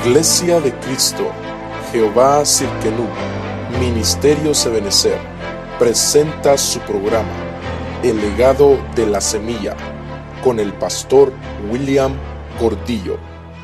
Iglesia de Cristo, Jehová Cirkenú, Ministerio Ebenecer, presenta su programa, El Legado de la Semilla, con el pastor William Gordillo.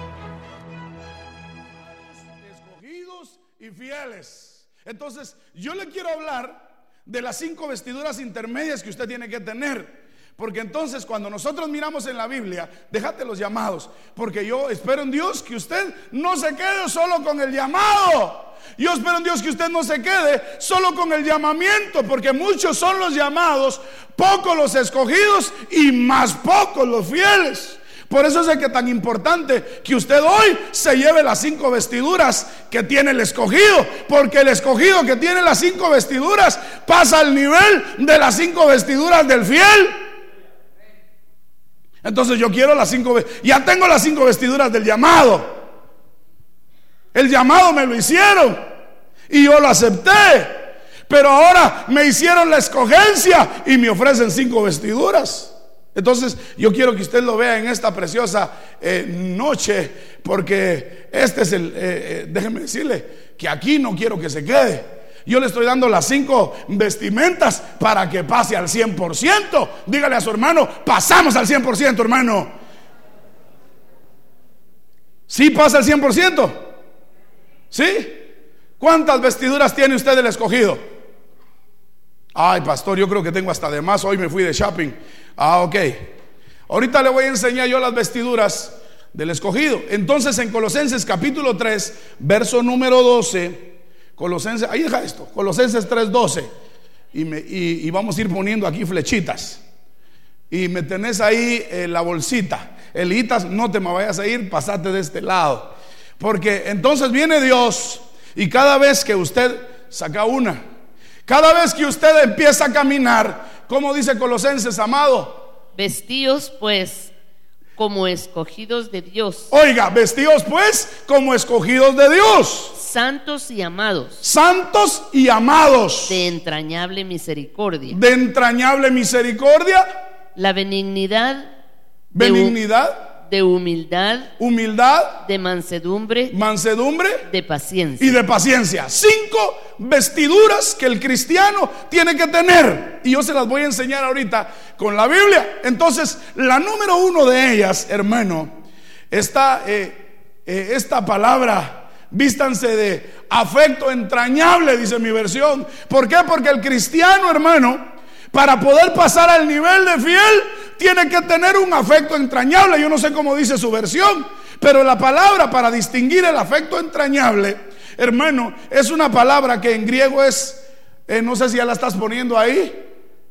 Escogidos y fieles. Entonces, yo le quiero hablar de las 5 vestiduras intermedias que usted tiene que tener. Porque entonces cuando nosotros miramos en la Biblia, déjate los llamados, porque yo espero en Dios que usted no se quede solo con el llamado. Yo espero en Dios que usted no se quede solo con el llamamiento, porque muchos son los llamados, pocos los escogidos y más pocos los fieles. Por eso es que es tan importante que usted hoy se lleve las 5 vestiduras que tiene el escogido, porque el escogido que tiene las 5 vestiduras pasa al nivel de las 5 vestiduras del fiel. Entonces yo quiero las 5, ya tengo las 5 vestiduras del llamado. El llamado me lo hicieron y yo lo acepté, pero ahora me hicieron la escogencia y me ofrecen 5 vestiduras. Entonces yo quiero que usted lo vea en esta preciosa noche, porque este es déjeme decirle que aquí no quiero que se quede. Yo le estoy dando las 5 vestimentas para que pase al 100%. Dígale a su hermano: pasamos al 100%, hermano. ¿Sí pasa al 100%? ¿Sí? ¿Cuántas vestiduras tiene usted del escogido? Ay, pastor, yo creo que tengo hasta de más. Hoy me fui de shopping. Ok. Ahorita le voy a enseñar yo las vestiduras del escogido. Entonces en Colosenses capítulo 3, verso número 12. Colosenses, ahí deja esto, Colosenses 3:12, y vamos a ir poniendo aquí flechitas, y me tenés ahí la bolsita. Elitas, no te me vayas a ir, pasate de este lado, porque entonces viene Dios, y cada vez que usted saca una, cada vez que usted empieza a caminar, como dice Colosenses, amado, vestíos pues como escogidos de Dios. Oiga, vestíos pues como escogidos de Dios, santos y amados, santos y amados, de entrañable misericordia, de entrañable misericordia, la benignidad, de humildad, de mansedumbre, de paciencia. Y de paciencia. 5 vestiduras que el cristiano tiene que tener, y yo se las voy a enseñar ahorita con la Biblia. Entonces, la número 1 de ellas, hermano, está esta palabra: vístanse de afecto entrañable, dice mi versión. ¿Por qué? Porque el cristiano, hermano, para poder pasar al nivel de fiel, tiene que tener un afecto entrañable. Yo no sé cómo dice su versión, pero la palabra para distinguir el afecto entrañable, hermano, es una palabra que en griego es, no sé si ya la estás poniendo ahí,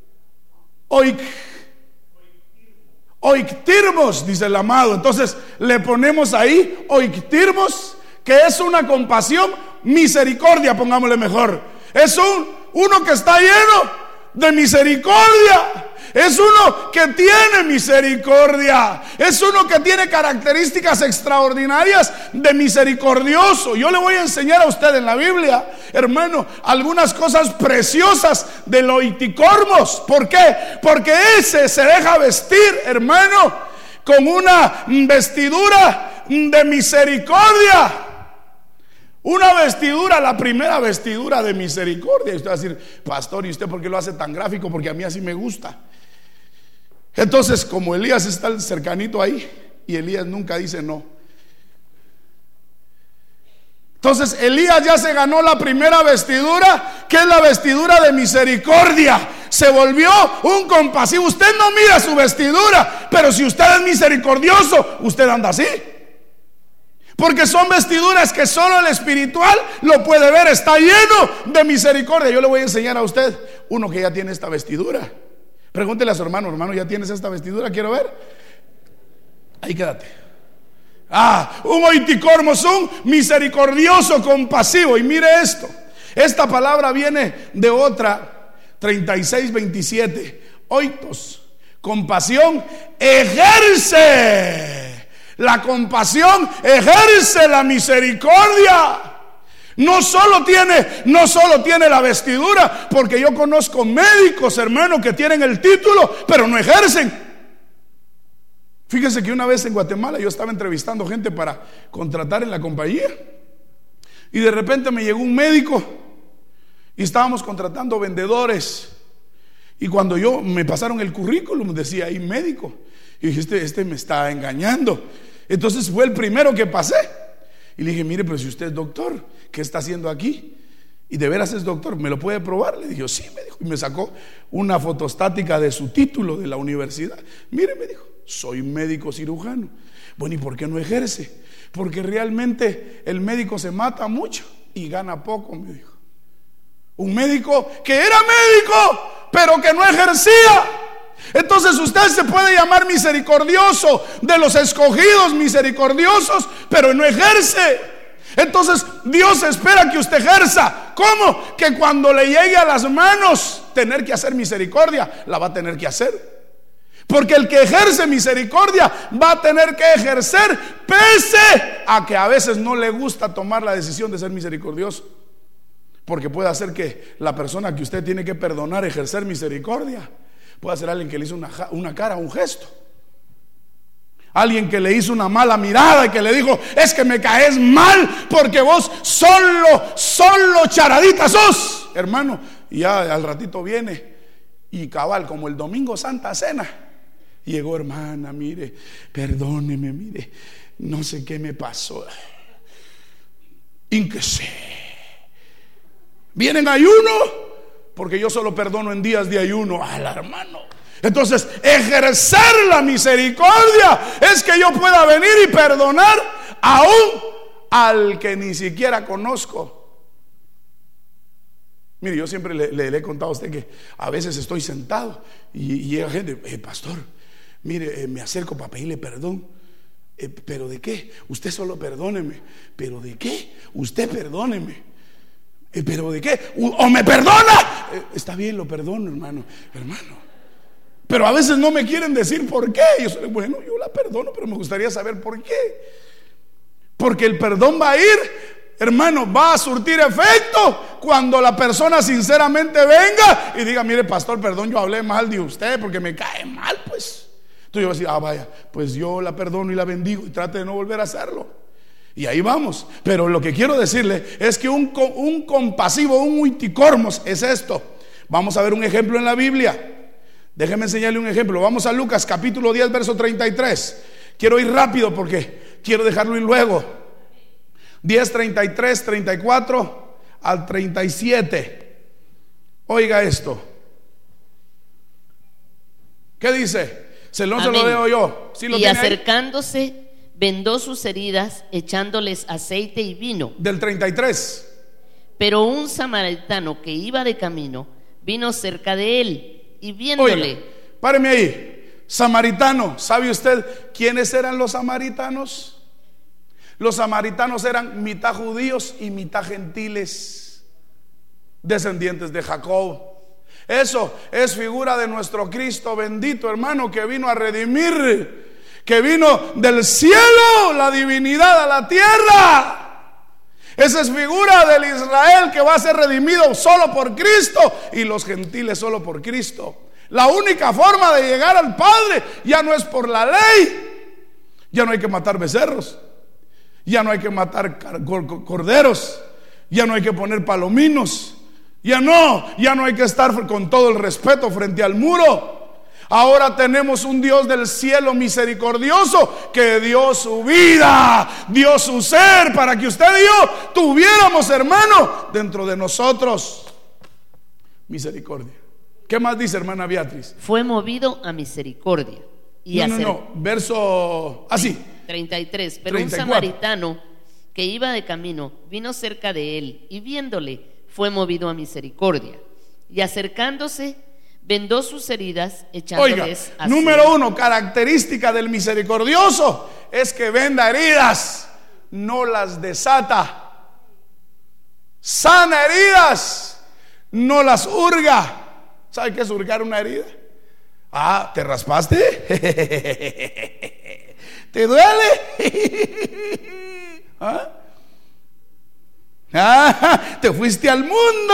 oiktirmos, dice el amado. Entonces le ponemos ahí oiktirmos, que es una compasión, misericordia, pongámosle mejor. Es uno que está lleno de misericordia. Es uno que tiene misericordia. Es uno que tiene características extraordinarias de misericordioso. Yo le voy a enseñar a usted en la Biblia, hermano, algunas cosas preciosas del oiticormos. ¿Por qué? Porque ese se deja vestir, hermano, con una vestidura de misericordia. Una vestidura, la primera vestidura de misericordia. Y usted va a decir: pastor, ¿y usted por qué lo hace tan gráfico? Porque a mí así me gusta. Entonces, como Elías está cercanito ahí, y Elías nunca dice no. Entonces Elías ya se ganó la primera vestidura, que es la vestidura de misericordia. Se volvió un compasivo. Usted no mira su vestidura, pero si usted es misericordioso, usted anda así. Porque son vestiduras que solo el espiritual lo puede ver. Está lleno de misericordia. Yo le voy a enseñar a usted uno que ya tiene esta vestidura. Pregúntele a su hermano: hermano, ¿ya tienes esta vestidura? Quiero ver. Ahí quédate. Un oiticormos, un misericordioso, compasivo. Y mire esto, esta palabra viene de otra 36:27. Oitos, compasión, ejerce. La compasión ejerce la misericordia. No solo tiene la vestidura, porque yo conozco médicos, hermanos, que tienen el título, pero no ejercen. Fíjense que una vez en Guatemala yo estaba entrevistando gente para contratar en la compañía, y de repente me llegó un médico y estábamos contratando vendedores, y cuando me pasaron el currículum decía ahí médico, y dije, este me está engañando. Entonces fue el primero que pasé y le dije, mire, pero si usted es doctor, ¿qué está haciendo aquí? Y de veras es doctor, ¿me lo puede probar? Le dije, sí, me dijo, y me sacó una fotostática de su título de la universidad. Mire, me dijo, soy médico cirujano. Bueno, ¿y por qué no ejerce? Porque realmente el médico se mata mucho y gana poco, me dijo. Un médico que era médico, pero que no ejercía. Entonces usted se puede llamar misericordioso, de los escogidos misericordiosos, pero no ejerce. Entonces Dios espera que usted ejerza. ¿Cómo? Que cuando le llegue a las manos tener que hacer misericordia, la va a tener que hacer. Porque el que ejerce misericordia va a tener que ejercer, pese a que a veces no le gusta tomar la decisión de ser misericordioso. Porque puede hacer que la persona que usted tiene que perdonar, ejercer misericordia, puede ser alguien que le hizo una cara, un gesto. Alguien que le hizo una mala mirada y que le dijo, es que me caes mal porque vos solo charadita sos, hermano. Y ya al ratito viene y cabal, como el domingo Santa Cena, llegó, hermana, mire, perdóneme, mire, no sé qué me pasó. Ínquese. Vienen ayuno, porque yo solo perdono en días de ayuno. Al hermano. Entonces, ejercer la misericordia es que yo pueda venir y perdonar aún al que ni siquiera conozco. Mire, yo siempre le he contado a usted que a veces estoy sentado y llega gente, pastor, mire, me acerco para pedirle perdón. ¿Pero de qué? Usted solo perdóneme. ¿Pero de qué? Usted perdóneme. ¿Pero de qué? ¿O me perdona? Está bien, lo perdono, hermano. Pero a veces no me quieren decir por qué. Yo soy, bueno, yo la perdono, pero me gustaría saber por qué. Porque el perdón va a ir, hermano, va a surtir efecto cuando la persona sinceramente venga y diga, mire, pastor, perdón, yo hablé mal de usted porque me cae mal, pues. Entonces yo voy a decir, vaya, pues yo la perdono y la bendigo y trate de no volver a hacerlo. Y ahí vamos. Pero lo que quiero decirle es que un compasivo, un multicormos es esto. Vamos a ver un ejemplo en la Biblia. Déjeme enseñarle un ejemplo. Vamos a Lucas capítulo 10 verso 33. Quiero ir rápido porque quiero dejarlo ir luego. 10, 33, 34 al 37. Oiga esto. ¿Qué dice? Se lo leo yo. ¿Sí lo y tiene acercándose ahí? vendó sus heridas, echándoles aceite y vino. Del 33. Pero un samaritano que iba de camino vino cerca de él y viéndole. Oiga, páreme ahí. Samaritano, ¿sabe usted quiénes eran los samaritanos? Los samaritanos eran mitad judíos y mitad gentiles, descendientes de Jacob. Eso es figura de nuestro Cristo bendito, hermano, que vino a redimir, que vino del cielo, la divinidad a la tierra. Esa es figura del Israel que va a ser redimido solo por Cristo y los gentiles solo por Cristo. La única forma de llegar al Padre ya no es por la ley. Ya no hay que matar becerros, ya no hay que matar corderos, ya no hay que poner palominos, ya no hay que estar con todo el respeto frente al muro. Ahora tenemos un Dios del cielo misericordioso que dio su vida, dio su ser para que usted y yo tuviéramos, hermano, dentro de nosotros misericordia. ¿Qué más dice, hermana Beatriz? Fue movido a misericordia. Y verso así. 33. Pero 34. un samaritano que iba de camino vino cerca de él y viéndole fue movido a misericordia. Y acercándose vendó sus heridas, echándoles aceite. Número 1, característica del misericordioso es que venda heridas, no las desata. Sana heridas, no las hurga. ¿Sabe qué es hurgar una herida? ¿te raspaste? ¿Te duele? ¿Te fuiste al mundo?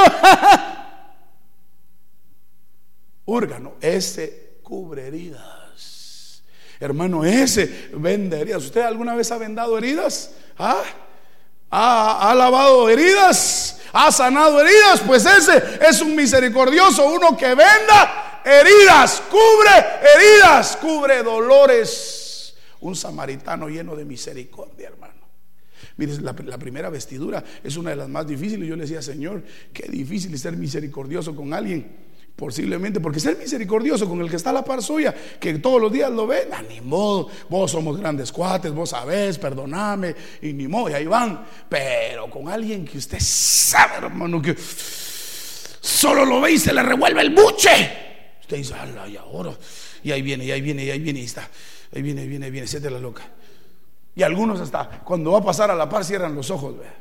Húrgano, ese cubre heridas. Hermano, ese vende heridas. ¿Usted alguna vez ha vendado heridas? ¿Ha lavado heridas? ¿Ha sanado heridas? Pues ese es un misericordioso, uno que venda heridas, cubre dolores. Un samaritano lleno de misericordia, hermano. Mire, la primera vestidura es una de las más difíciles. Yo le decía, Señor, qué difícil es ser misericordioso con alguien. Posiblemente porque ser misericordioso con el que está a la par suya, que todos los días lo ven, ni modo, vos somos grandes cuates, vos sabés, perdoname, y ni modo, y ahí van. Pero con alguien que usted sabe, hermano, que solo lo ve y se le revuelve el buche, usted dice, ala, y ahora, y ahí viene, y está, ahí viene, siete la loca. Y algunos hasta cuando va a pasar a la par cierran los ojos, ¿ve?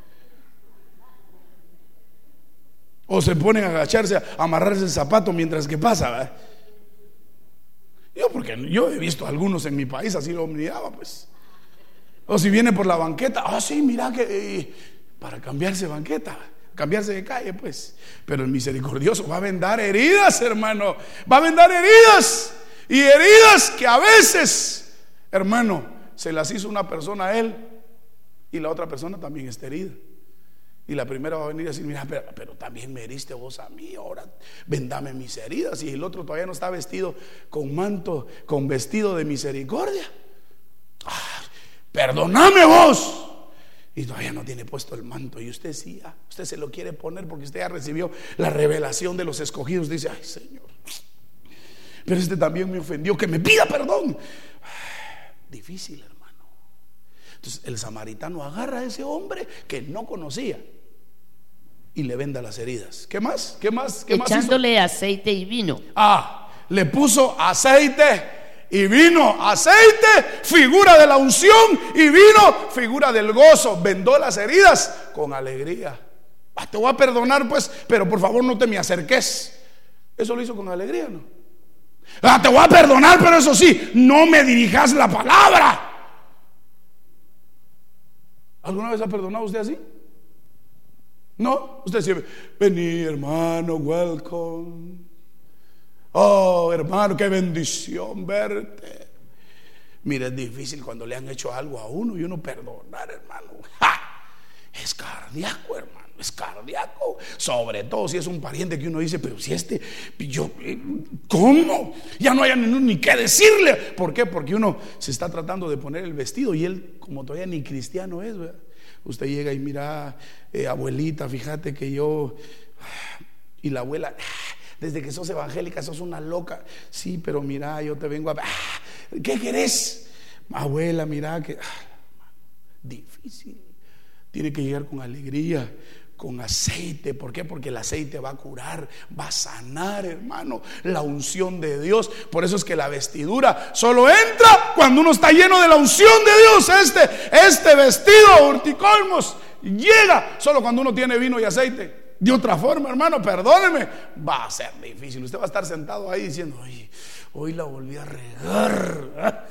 O se ponen a agacharse, a amarrarse el zapato mientras que pasa, ¿ve? Porque yo he visto a algunos en mi país, así lo miraba, pues. O si viene por la banqueta, sí, mira que para cambiarse banqueta, cambiarse de calle, pues. Pero el misericordioso va a vendar heridas, hermano. Va a vendar heridas. Y heridas que a veces, hermano, se las hizo una persona a él y la otra persona también está herida. Y la primera va a venir a decir, mira, pero también me heriste vos a mí, ahora vendame mis heridas. Y el otro todavía no está vestido con manto, con vestido de misericordia. Perdóname vos. Y todavía no tiene puesto el manto. Y usted sí, usted se lo quiere poner porque usted ya recibió la revelación de los escogidos. Dice, ay, Señor, pero este también me ofendió, que me pida perdón. Difícil, hermano. Entonces el samaritano agarra a ese hombre que no conocía y le venda las heridas. ¿Qué más? Echándole aceite y vino. Le puso aceite y vino. Aceite, figura de la unción, y vino, figura del gozo. Vendó las heridas con alegría. Te voy a perdonar, pues, pero por favor no te me acerques. Eso lo hizo con alegría, ¿no? Te voy a perdonar, pero eso sí, no me dirijas la palabra. ¿Alguna vez ha perdonado usted así? No, usted siempre, vení, hermano, welcome. Oh, hermano, qué bendición verte. Mire, es difícil cuando le han hecho algo a uno y uno perdonar, hermano. Es cardíaco, hermano, es cardíaco. Sobre todo si es un pariente que uno dice, pero si ¿cómo? Ya no hay ni qué decirle. ¿Por qué? Porque uno se está tratando de poner el vestido y él, como todavía ni cristiano es, ¿verdad? Usted llega y mira, abuelita, fíjate que yo. Y la abuela, desde que sos evangélica sos una loca. Sí, pero mira, yo te vengo a. ¿Qué querés? Abuela, mira que. Difícil. Tiene que llegar con alegría, con aceite. ¿Por qué? Porque el aceite va a curar, va a sanar, hermano, la unción de Dios. Por eso es que la vestidura solo entra cuando uno está lleno de la unción de Dios. Este vestido Urticolmos llega solo cuando uno tiene vino y aceite. De otra forma, hermano, perdóneme, va a ser difícil. Usted va a estar sentado ahí diciendo, hoy la volví a regar.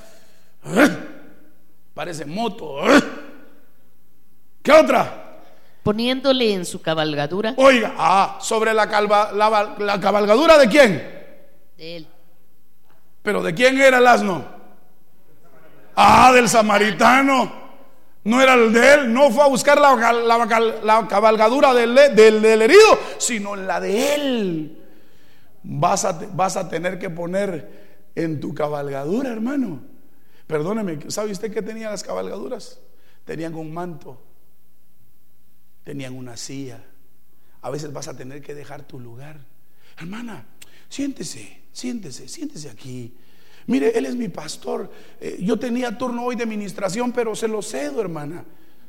Parece moto. ¿Qué otra? Poniéndole en su cabalgadura. Oiga, sobre la cabalgadura ¿de quién? De él. ¿Pero de quién era el asno? Del samaritano. No era el de él. No fue a buscar la cabalgadura del herido, sino la de él. Vas a tener que poner en tu cabalgadura, hermano. Perdóneme, ¿sabe usted qué tenían las cabalgaduras? Tenían un manto, tenían una silla. A veces vas a tener que dejar tu lugar. Hermana, siéntese aquí. Mire, él es mi pastor. Yo tenía turno hoy de administración, pero se lo cedo, hermana.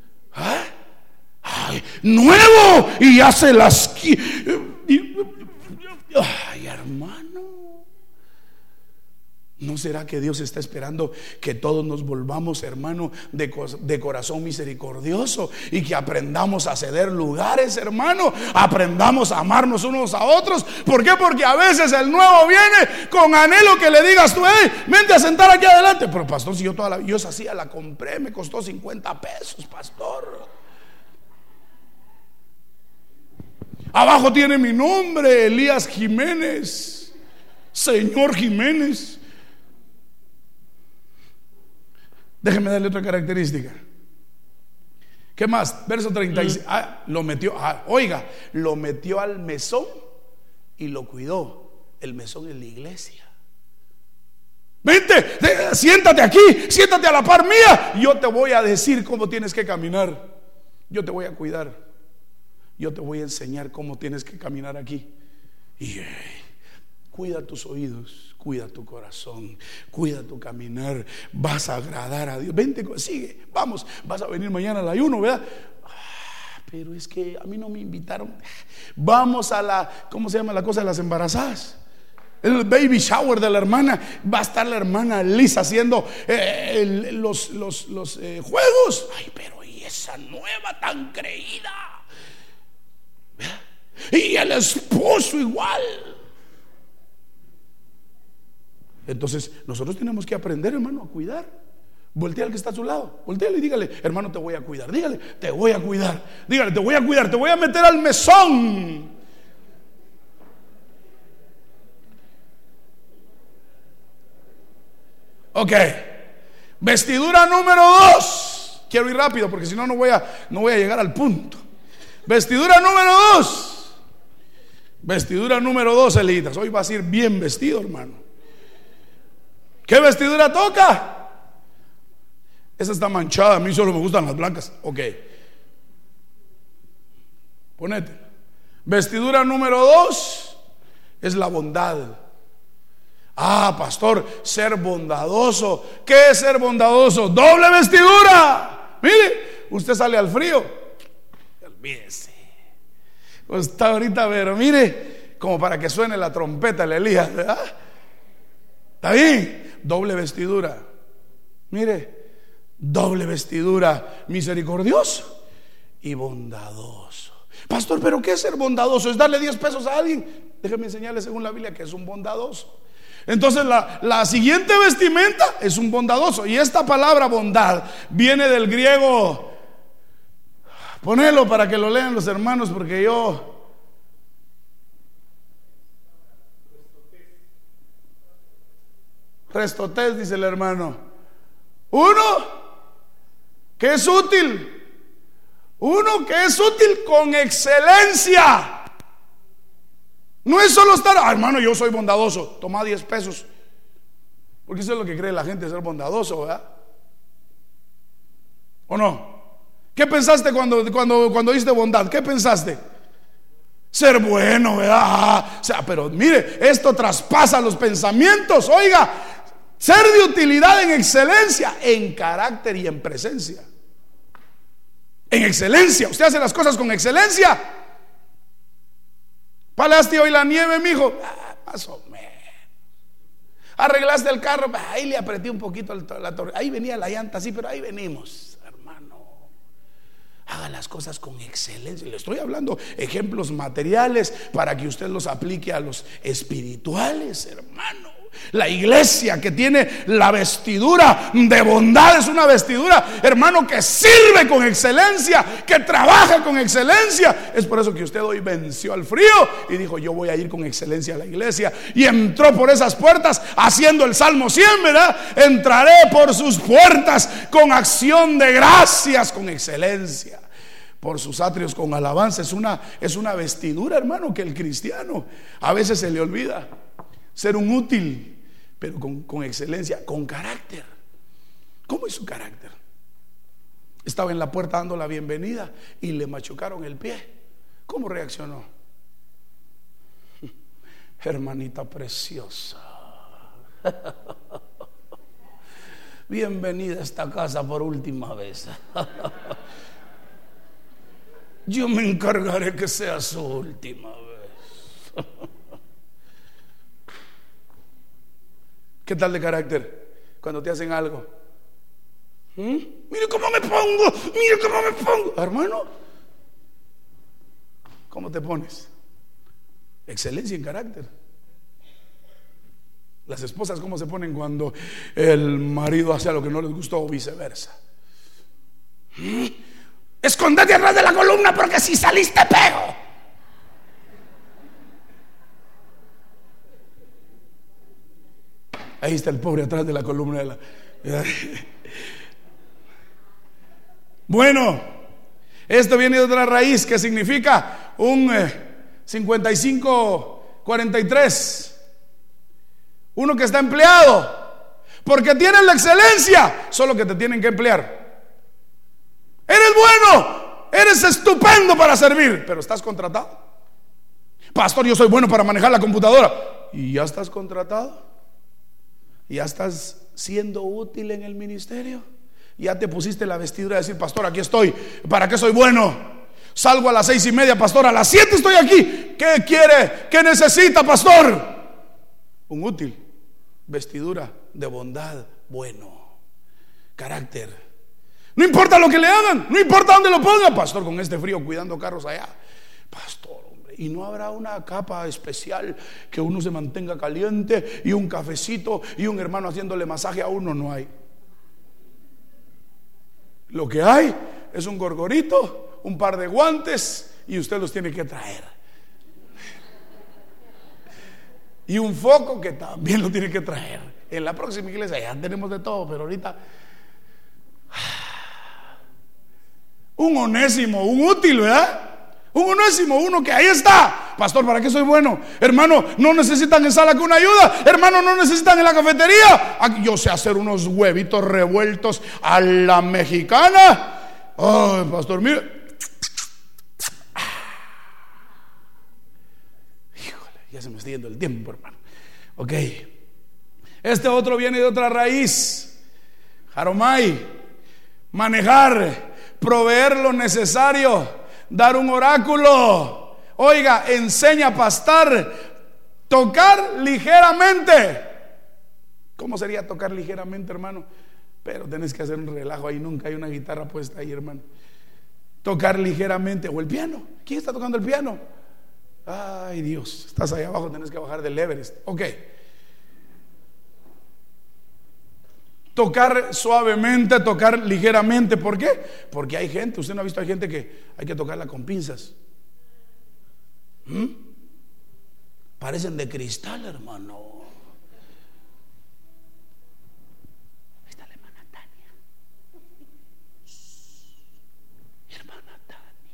Nuevo, y hace las. Ay, hermano, ¿no será que Dios está esperando que todos nos volvamos, hermano, de corazón misericordioso, y que aprendamos a ceder lugares, hermano? Aprendamos a amarnos unos a otros. ¿Por qué? Porque a veces el nuevo viene con anhelo que le digas tú, vente a sentar aquí adelante. Pero pastor, si yo esa silla la compré, me costó 50 pesos, pastor. Abajo tiene mi nombre, Elías Jiménez, señor Jiménez. Déjeme darle otra característica. ¿Qué más? Verso 36. Lo metió, oiga, lo metió al mesón y lo cuidó. El mesón es la iglesia. Vente, siéntate aquí, siéntate a la par mía. Yo te voy a decir cómo tienes que caminar. Yo te voy a cuidar. Yo te voy a enseñar cómo tienes que caminar aquí. Y cuida tus oídos, cuida tu corazón, cuida tu caminar. Vas a agradar a Dios. Vente, sigue, vamos. Vas a venir mañana al ayuno, ¿verdad? Pero es que a mí no me invitaron. Vamos a la, ¿cómo se llama la cosa de las embarazadas? El baby shower de la hermana. Va a estar la hermana Lisa haciendo los juegos. Ay, pero y esa nueva tan creída. Y el esposo igual. Entonces nosotros tenemos que aprender, hermano, a cuidar. Voltea al que está a su lado, volteale y dígale: hermano, te voy a cuidar. Dígale: te voy a cuidar. Dígale: te voy a cuidar, te voy a meter al mesón. Ok, vestidura número 2. Quiero ir rápido porque si no, no voy a llegar al punto. Vestidura número 2. Vestidura número 2, Elitas. Hoy vas a ir bien vestido, hermano. ¿Qué vestidura toca? Esa está manchada, a mí solo me gustan las blancas. Ok, ponete. Vestidura número 2 es la bondad. Pastor, ser bondadoso. ¿Qué es ser bondadoso? Doble vestidura. Mire, usted sale al frío, olvídese. Está ahorita, pero mire, como para que suene la trompeta, el Elías, ¿verdad? ¿Está bien? Doble vestidura. Mire, doble vestidura, misericordioso y bondadoso. Pastor, ¿pero qué es ser bondadoso? ¿Es darle 10 pesos a alguien? Déjeme enseñarle según la Biblia que es un bondadoso. Entonces la siguiente vestimenta es un bondadoso. Y esta palabra bondad viene del griego. Ponelo para que lo lean los hermanos, porque yo... Restotés, dice el hermano. Uno que es útil. Uno que es útil con excelencia. No es solo estar, hermano, yo soy bondadoso, toma 10 pesos. Porque eso es lo que cree la gente, ser bondadoso, ¿verdad? ¿O no? ¿Qué pensaste cuando diste bondad? ¿Qué pensaste? Ser bueno, ¿verdad? O sea, pero mire, esto traspasa los pensamientos. Oiga, ser de utilidad en excelencia, en carácter y en presencia. En excelencia, usted hace las cosas con excelencia. ¿Palaste hoy la nieve, mijo? Más o menos. ¿Arreglaste el carro? Ahí le apreté un poquito la torre. Ahí venía la llanta, sí, pero ahí venimos. Hermano, haga las cosas con excelencia. Le estoy hablando ejemplos materiales para que usted los aplique a los espirituales, hermano. La iglesia que tiene la vestidura de bondad es una vestidura, hermano, que sirve con excelencia, que trabaja con excelencia. Es por eso que usted hoy venció al frío y dijo: yo voy a ir con excelencia a la iglesia. Y entró por esas puertas haciendo el Salmo 100, ¿verdad? Entraré por sus puertas con acción de gracias, con excelencia, por sus atrios con alabanza. Es una vestidura, hermano, que el cristiano a veces se le olvida. Ser un útil, pero con excelencia, con carácter. ¿Cómo es su carácter? Estaba en la puerta dando la bienvenida y le machucaron el pie. ¿Cómo reaccionó? Hermanita preciosa, bienvenida a esta casa por última vez. Yo me encargaré que sea su última vez. ¿Qué tal de carácter cuando te hacen algo? Mire cómo me pongo, mire cómo me pongo. Hermano, ¿cómo te pones? Excelencia en carácter. Las esposas, ¿cómo se ponen cuando el marido hace algo que no les gustó o viceversa? Escóndete atrás de la columna porque si saliste pego. Ahí está el pobre atrás de la columna Bueno, esto viene de otra raíz que significa un 55-43. Uno que está empleado, porque tienes la excelencia, solo que te tienen que emplear. Eres bueno, eres estupendo para servir, pero estás contratado. Pastor, yo soy bueno para manejar la computadora. ¿Y ya estás contratado? ¿Ya estás siendo útil en el ministerio? ¿Ya te pusiste la vestidura de decir, pastor, aquí estoy, ¿para qué soy bueno? Salgo a las 6:30, pastor, a las 7 estoy aquí. ¿Qué quiere? ¿Qué necesita, pastor? Un útil, vestidura de bondad, bueno, carácter. No importa lo que le hagan, no importa dónde lo pongan. Pastor, con este frío cuidando carros allá. Pastor, hombre, y no habrá una capa especial que uno se mantenga caliente y un cafecito y un hermano haciéndole masaje a uno. No hay. Lo que hay es un gorgorito, un par de guantes, y usted los tiene que traer. Y un foco que también lo tiene que traer. En la próxima iglesia ya tenemos de todo, pero ahorita un onésimo, un útil, ¿verdad? Un onésimo, uno que ahí está. Pastor, ¿para qué soy bueno? Hermano, no necesitan en sala con ayuda. Hermano, no necesitan en la cafetería. Aquí yo sé hacer unos huevitos revueltos a la mexicana. Ay, pastor, mire. Híjole, ya se me está yendo el tiempo, hermano. Ok. Este otro viene de otra raíz. Jaromai. Manejar, proveer lo necesario, dar un oráculo. Oiga, enseña a pastar, tocar ligeramente. ¿Cómo sería tocar ligeramente, hermano? Pero tenés que hacer un relajo ahí, nunca hay una guitarra puesta ahí, hermano. Tocar ligeramente, o el piano. ¿Quién está tocando el piano? Ay, Dios, estás ahí abajo, tenés que bajar del Everest. Ok. Tocar suavemente, tocar ligeramente. ¿Por qué? Porque hay gente, usted no ha visto, hay gente que hay que tocarla con pinzas. Parecen de cristal, hermano. Ahí está la hermana Tania. Hermana Tania.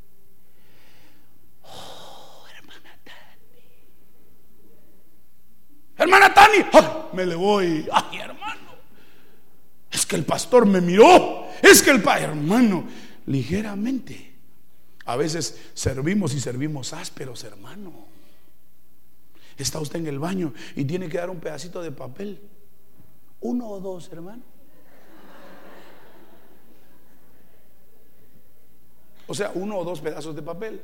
Oh, hermana Tania. Hermana Tania. ¡Ay, me le voy! ¡Ay, hermano! Es que el pastor me miró. Es que hermano, ligeramente. A veces servimos y servimos ásperos, hermano. Está usted en el baño y tiene que dar un pedacito de papel. 1 o 2, hermano. O sea, 1 o 2 pedazos de papel.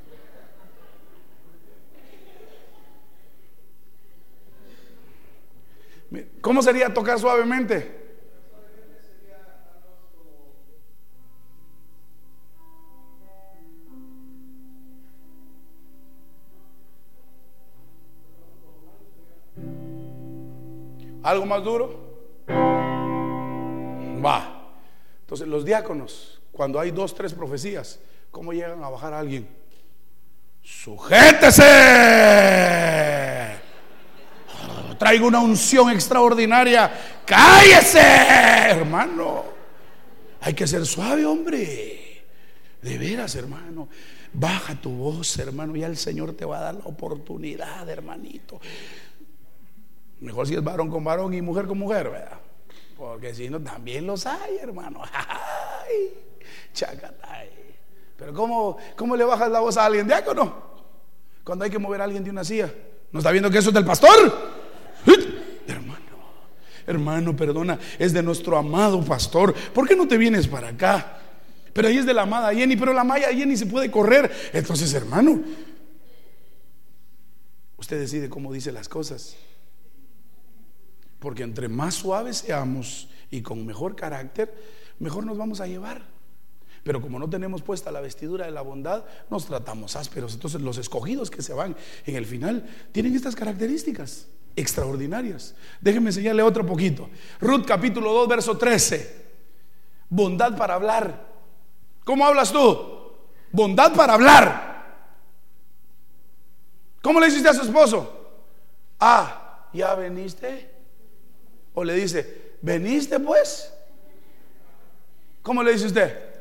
¿Cómo sería tocar suavemente? ¿Algo más duro? Va. Entonces los diáconos, cuando hay 2, 3 profecías, ¿cómo llegan a bajar a alguien? ¡Sujétese! Traigo una unción extraordinaria. ¡Cállese, hermano! Hay que ser suave, hombre. De veras, hermano. Baja tu voz, hermano. Ya el Señor te va a dar la oportunidad, hermanito. Mejor si es varón con varón y mujer con mujer, ¿verdad? Porque si no, también los hay, hermano. Ay, chacatay. Pero ¿cómo le bajas la voz a alguien, diácono? Cuando hay que mover a alguien de una silla. ¿No está viendo que eso es del pastor? Hermano, perdona, es de nuestro amado pastor. ¿Por qué no te vienes para acá? Pero ahí es de la amada Jenny, pero la amada Jenny se puede correr. Entonces, hermano, usted decide cómo dice las cosas. Porque entre más suaves seamos y con mejor carácter, mejor nos vamos a llevar. Pero como no tenemos puesta la vestidura de la bondad, nos tratamos ásperos. Entonces los escogidos que se van en el final tienen estas características extraordinarias. Déjenme enseñarle otro poquito. Ruth capítulo 2 verso 13. Bondad para hablar. ¿Cómo hablas tú? Bondad para hablar. ¿Cómo le hiciste a su esposo? Ah, ¿ya veniste? O le dice, ¿veniste pues? ¿Cómo le dice usted?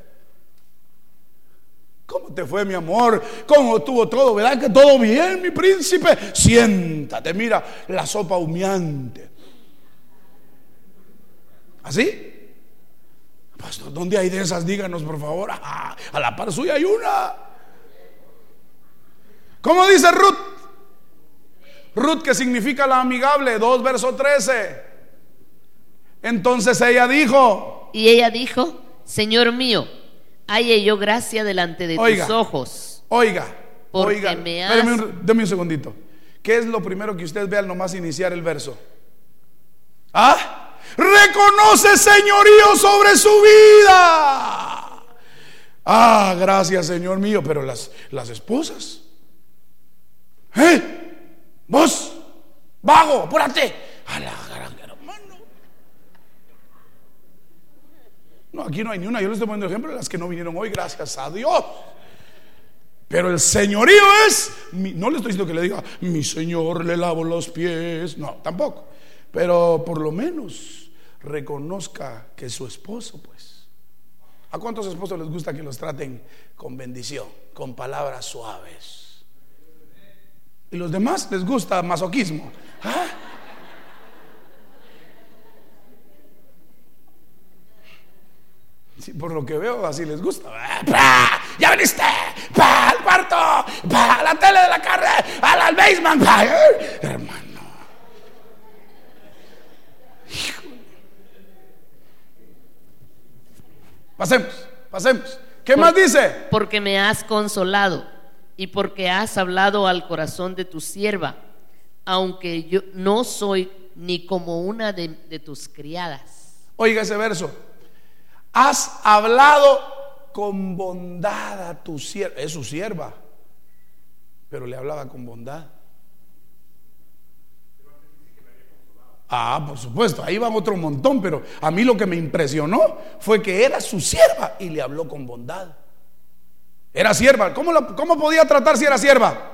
¿Cómo te fue, mi amor? ¿Cómo estuvo todo? ¿Verdad que todo bien, mi príncipe? Siéntate, mira la sopa humeante. ¿Así? Pastor, ¿dónde hay de esas? Díganos, por favor. A la par suya hay una. ¿Cómo dice Ruth? Ruth, que significa la amigable, 2 verso 13. Entonces ella dijo. Y ella dijo: Señor mío, halle yo gracia delante de tus ojos. Oiga, me has... Deme un segundito. ¿Qué es lo primero que usted ve al nomás iniciar el verso? Reconoce señorío sobre su vida. Gracias, Señor mío. Pero las esposas, vos, vago, apúrate. A la gran hermano. No, aquí no hay ni una. Yo les estoy poniendo ejemplo de las que no vinieron hoy, gracias a Dios. Pero el señorío es, no le estoy diciendo que le diga, mi Señor le lavo los pies. No, tampoco. Pero por lo menos reconozca que su esposo, pues. ¿A cuántos esposos les gusta que los traten con bendición, con palabras suaves? Y los demás les gusta masoquismo. Sí, por lo que veo así les gusta. Ya viniste, al cuarto, a la tele de la carne, al basement, hermano. Pasemos. ¿Qué más dice? Porque me has consolado y porque has hablado al corazón de tu sierva, aunque yo no soy ni como una de tus criadas. Oiga ese verso. Has hablado con bondad a tu sierva. Es su sierva, pero le hablaba con bondad. Por supuesto, ahí van otro montón. Pero a mí lo que me impresionó fue que era su sierva y le habló con bondad. Era sierva. ¿Cómo podía tratar si era sierva?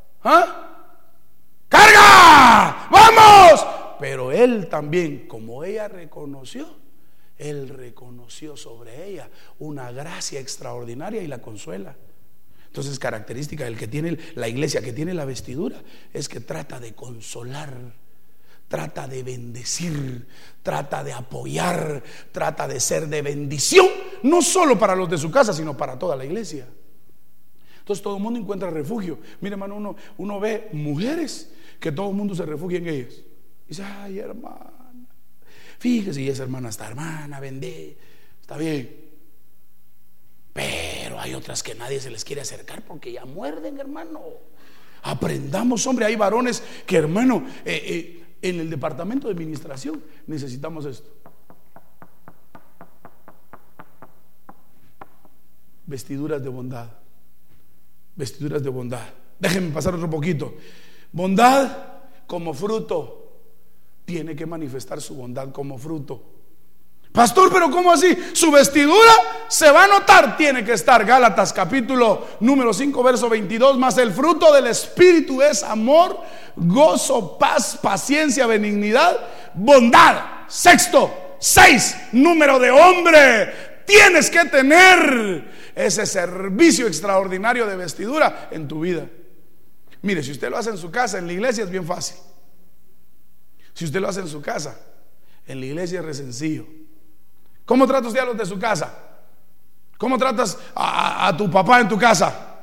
¡Carga! ¡Vamos! Pero él también, como ella reconoció, él reconoció sobre ella una gracia extraordinaria y la consuela. Entonces, característica del que tiene la iglesia, que tiene la vestidura, es que trata de consolar, trata de bendecir, trata de apoyar, trata de ser de bendición, no solo para los de su casa, sino para toda la iglesia. Entonces todo el mundo encuentra refugio. Mire, hermano, uno ve mujeres que todo el mundo se refugia en ellas. Y dice, ay, hermana, fíjese, y esa hermana, esta hermana, vende, está bien. Pero hay otras que nadie se les quiere acercar porque ya muerden, hermano. Aprendamos, hombre. Hay varones que, hermano, en el departamento de administración necesitamos esto: vestiduras de bondad. Vestiduras de bondad. Déjenme pasar otro poquito. Bondad como fruto. Tiene que manifestar su bondad como fruto. Pastor, pero ¿cómo así? Su vestidura se va a notar. Tiene que estar. Gálatas capítulo número 5 verso 22. Más el fruto del Espíritu es amor, gozo, paz, paciencia, benignidad, bondad. 6, número de hombre. Tienes que tener ese servicio extraordinario de vestidura en tu vida. Mire, si usted lo hace en su casa, en la iglesia es bien fácil. Si usted lo hace en su casa, en la iglesia es re sencillo. ¿Cómo trata usted a los de su casa? ¿Cómo tratas a tu papá en tu casa?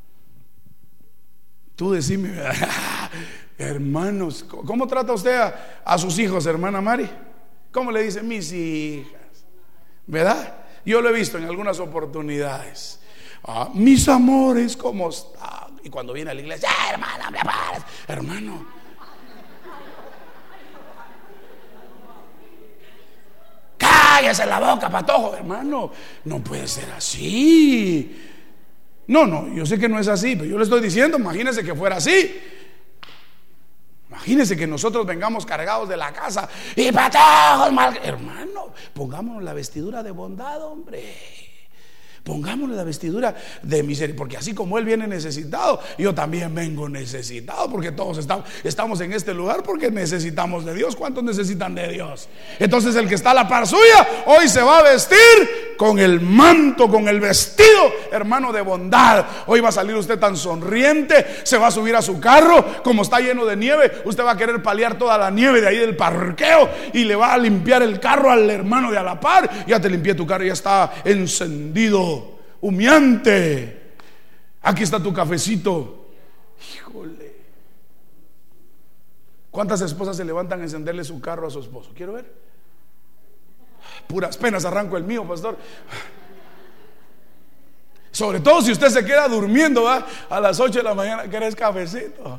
Tú decime, hermanos, ¿cómo trata usted a sus hijos, hermana Mari? ¿Cómo le dice? Mis hijas, ¿verdad? Yo lo he visto en algunas oportunidades. Mis amores, ¿cómo están? Y cuando viene a la iglesia, hermana, me apares, hermano. Cállese la boca, patojo, hermano. No puede ser así. No, yo sé que no es así, pero yo le estoy diciendo, imagínese que fuera así. Imagínese que nosotros vengamos cargados de la casa y patojos mal. Hermano, pongámonos la vestidura de bondad, hombre. Pongámonos la vestidura de misericordia, porque así como él viene necesitado, yo también vengo necesitado, porque todos estamos en este lugar porque necesitamos de Dios. ¿Cuántos necesitan de Dios? Entonces el que está a la par suya hoy se va a vestir con el manto, con el vestido, hermano, de bondad. Hoy va a salir usted tan sonriente, se va a subir a su carro, como está lleno de nieve, usted va a querer paliar toda la nieve de ahí del parqueo y le va a limpiar el carro al hermano de a la par. Ya te limpié tu carro, ya está encendido, humeante. Aquí está tu cafecito. Híjole. ¿Cuántas esposas se levantan a encenderle su carro a su esposo? Quiero ver. Puras penas arranco el mío, pastor. Sobre todo si usted se queda durmiendo, ¿va? A las 8 de la mañana, ¿querés cafecito?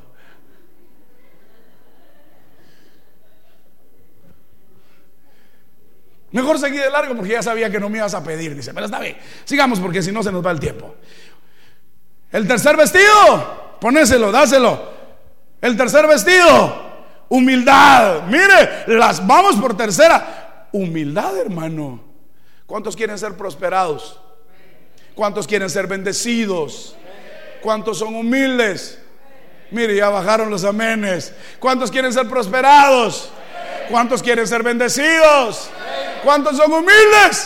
Mejor seguí de largo porque ya sabía que no me ibas a pedir. Dice, pero está bien, sigamos porque si no se nos va el tiempo. El tercer vestido, ponéselo, dáselo. El tercer vestido, humildad. Mire, las vamos por tercera. Humildad, hermano. ¿Cuántos quieren ser prosperados? ¿Cuántos quieren ser bendecidos? ¿Cuántos son humildes? Mire, ya bajaron los amenes. ¿Cuántos quieren ser prosperados? ¿Cuántos quieren ser bendecidos? ¿Cuántos son humildes?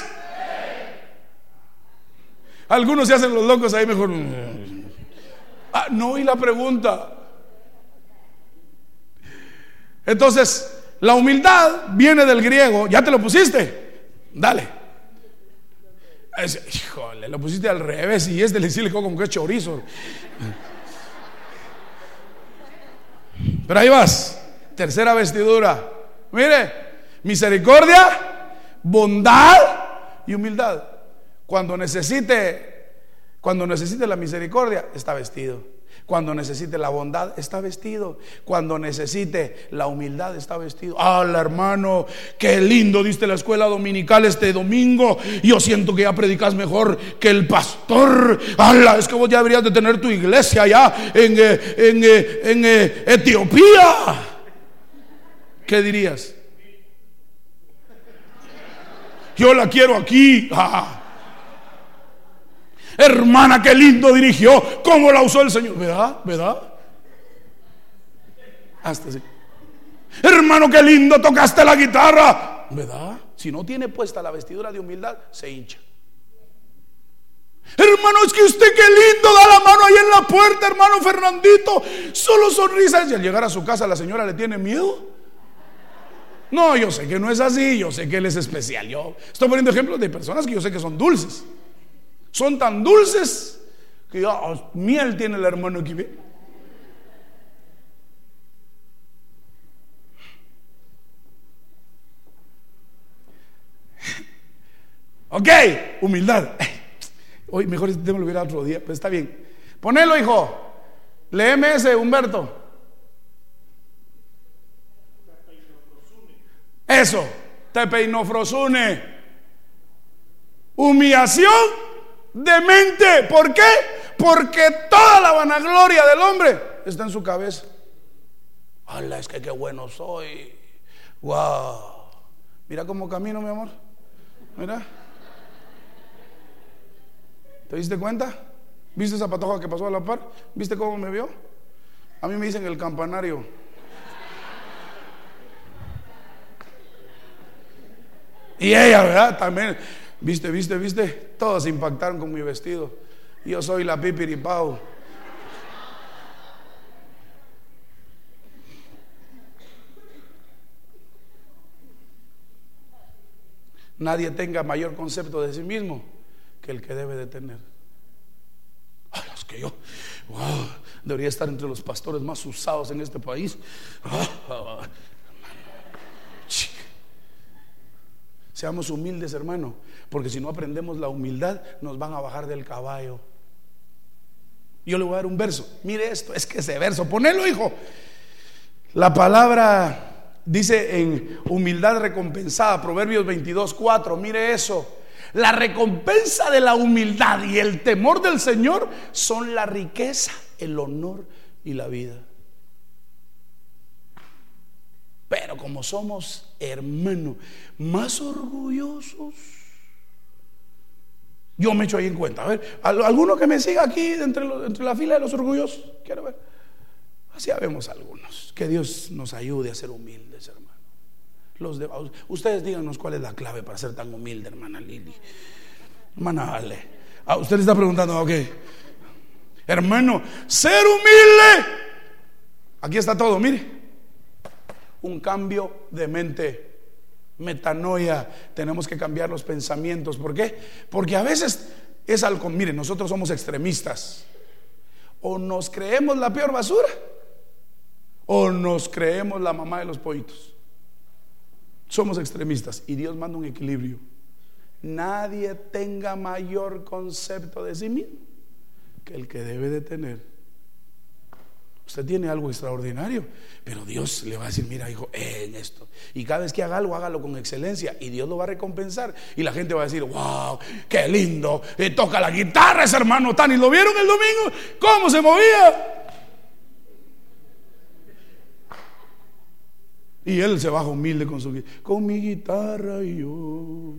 Algunos se hacen los locos ahí mejor. No oí la pregunta. Entonces, la humildad viene del griego. ¿Ya te lo pusiste? Dale. Híjole, lo pusiste al revés y le sí le quedó como que es chorizo. Pero ahí vas. Tercera vestidura. Mire, misericordia, bondad y humildad. Cuando necesite la misericordia, está vestido. Cuando necesite la bondad, está vestido. Cuando necesite la humildad, está vestido. ¡Hala, hermano! ¡Qué lindo diste la escuela dominical este domingo! Yo siento que ya predicas mejor que el pastor. ¡Hala! Es que vos ya deberías de tener tu iglesia allá en Etiopía. ¿Qué dirías? Yo la quiero aquí. Hermana, qué lindo dirigió, cómo la usó el Señor. ¿Verdad? ¿Verdad? Hasta así. Hermano, qué lindo tocaste la guitarra. ¿Verdad? Si no tiene puesta la vestidura de humildad, se hincha. Hermano, es que usted qué lindo da la mano ahí en la puerta, hermano Fernandito. Solo sonrisas. Y al llegar a su casa la señora le tiene miedo. No, yo sé que no es así. Yo sé que él es especial. Yo estoy poniendo ejemplos de personas que yo sé que son dulces. Son tan dulces que ya miel tiene el hermano aquí. ¿Ve? Ok, humildad. Hoy mejor este tema lo hubiera otro día, pero está bien. Ponelo, hijo. Léeme ese, Humberto. Eso, tepeinofrosune. Humillación de mente. ¿Por qué? Porque toda la vanagloria del hombre está en su cabeza. ¡Hala! Es que qué bueno soy. ¡Wow! Mira cómo camino, mi amor. Mira. ¿Te diste cuenta? ¿Viste esa patoja que pasó a la par? ¿Viste cómo me vio? A mí me dicen el campanario. Y ella, ¿verdad? También. ¿Viste? Todos se impactaron con mi vestido. Yo soy la pipiripao. Nadie tenga mayor concepto de sí mismo que el que debe de tener. Ay, es que yo debería estar entre los pastores más usados en este país. Seamos humildes, hermano, porque si no aprendemos la humildad nos van a bajar del caballo. Yo le voy a dar un verso. Mire esto, es que ese verso, ponelo, hijo. La palabra dice en humildad recompensada, Proverbios 22:4. Mire eso. La recompensa de la humildad y el temor del Señor son la riqueza, el honor y la vida. Pero como somos, hermano, más orgullosos, yo me echo ahí en cuenta. A ver, ¿alguno que me siga aquí entre la fila de los orgullosos? Quiero ver. Así vemos algunos. Que Dios nos ayude a ser humildes, hermano. Ustedes díganos cuál es la clave para ser tan humilde, hermana Lili. Manale. Usted le está preguntando, ok. Hermano, ser humilde. Aquí está todo, mire. Un cambio de mente. Metanoia. Tenemos que cambiar los pensamientos. ¿Por qué? Porque a veces es algo. Mire, nosotros somos extremistas. O nos creemos la peor basura, o nos creemos la mamá de los pollitos. Somos extremistas y Dios manda un equilibrio. Nadie tenga mayor concepto de sí mismo que el que debe de tener. Usted tiene algo extraordinario, pero Dios le va a decir, mira hijo, en esto. Y cada vez que haga algo, hágalo con excelencia y Dios lo va a recompensar. Y la gente va a decir, wow, qué lindo, toca la guitarra ese hermano Tani. ¿Lo vieron el domingo? ¿Cómo se movía? Y él se baja humilde con mi guitarra y yo.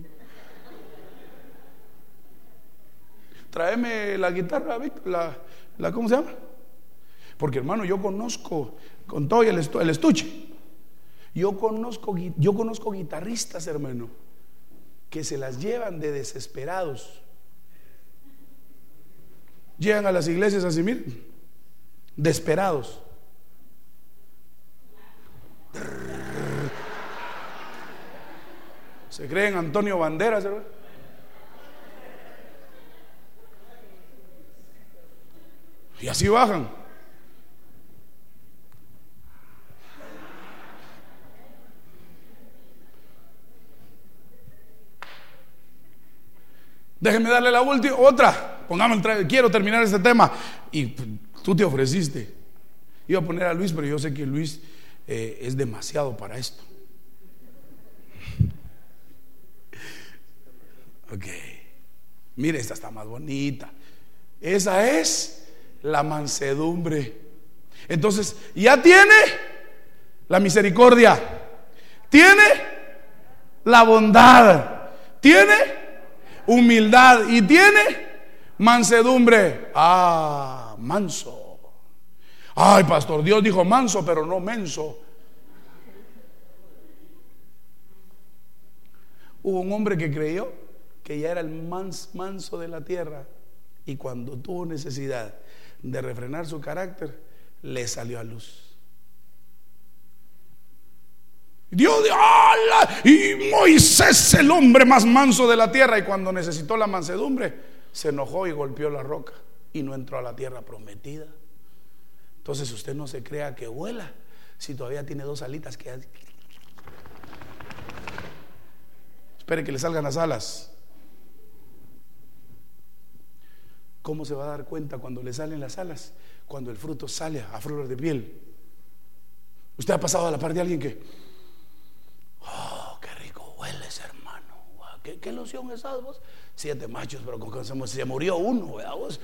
Tráeme la guitarra, Víctor, ¿cómo se llama? Porque hermano, yo conozco con todo el estuche. Yo conozco guitarristas, hermano, que se las llevan de desesperados. Llegan a las iglesias así, miren, desesperados. Se creen Antonio Banderas, hermano. Y así bajan. Déjenme darle la última, otra. Quiero terminar este tema. Y tú te ofreciste. Iba a poner a Luis, pero yo sé que Luis es demasiado para esto. Ok. Mire, esta está más bonita. Esa es la mansedumbre. Entonces, ya tiene la misericordia, tiene la bondad, tiene humildad y tiene mansedumbre. Manso. Ay, pastor, Dios dijo manso, pero no menso. Hubo un hombre que creyó que ya era el más manso de la tierra, y cuando tuvo necesidad de refrenar su carácter, le salió a luz. Dios dijo, ¡ala! Y Moisés, el hombre más manso de la tierra, y cuando necesitó la mansedumbre, se enojó y golpeó la roca y no entró a la tierra prometida. Entonces usted no se crea que vuela si todavía tiene dos alitas que espere que le salgan las alas. ¿Cómo se va a dar cuenta cuando le salen las alas? Cuando el fruto sale a flor de piel. Usted ha pasado a la par de alguien que, oh, qué rico hueles, hermano. ¿Qué loción es esa vos? 7 machos, pero con que se murió uno, ¿verdad vos?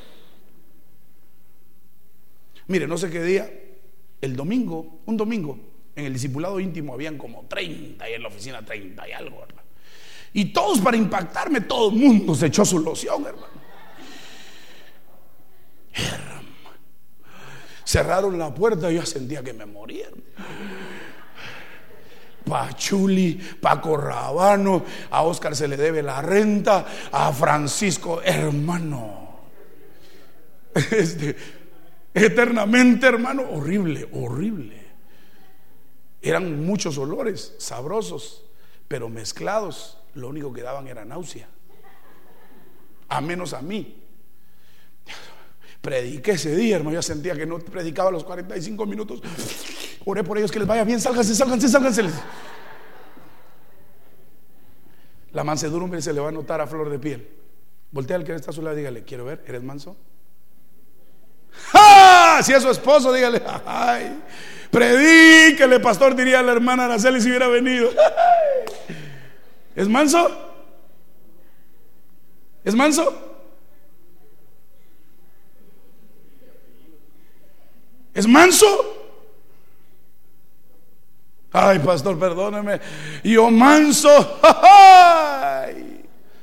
Mire, no sé qué día, un domingo, en el discipulado íntimo habían como 30 y en la oficina 30 y algo, hermano. Y todos, para impactarme, todo el mundo se echó su loción, hermano. Cerraron la puerta y yo sentía que me moría. Pachuli, Paco Rabano, a Oscar se le debe la renta, a Francisco, hermano. Eternamente, hermano, horrible, horrible. Eran muchos olores sabrosos, pero mezclados, lo único que daban era náusea. A menos a mí. Prediqué ese día, hermano. Yo sentía que no predicaba los 45 minutos. Oré por ellos, que les vaya bien. Sálganse. La mansedumbre se le va a notar a flor de piel. Voltea al que está a su lado y dígale, quiero ver, ¿eres manso? ¡Ah! Si es su esposo, dígale, ay, predíquele, pastor, diría la hermana Araceli si hubiera venido. ¿Es manso? ¿Es manso? ¿Es manso? Ay, pastor, perdóneme. Yo manso. ¡Ay!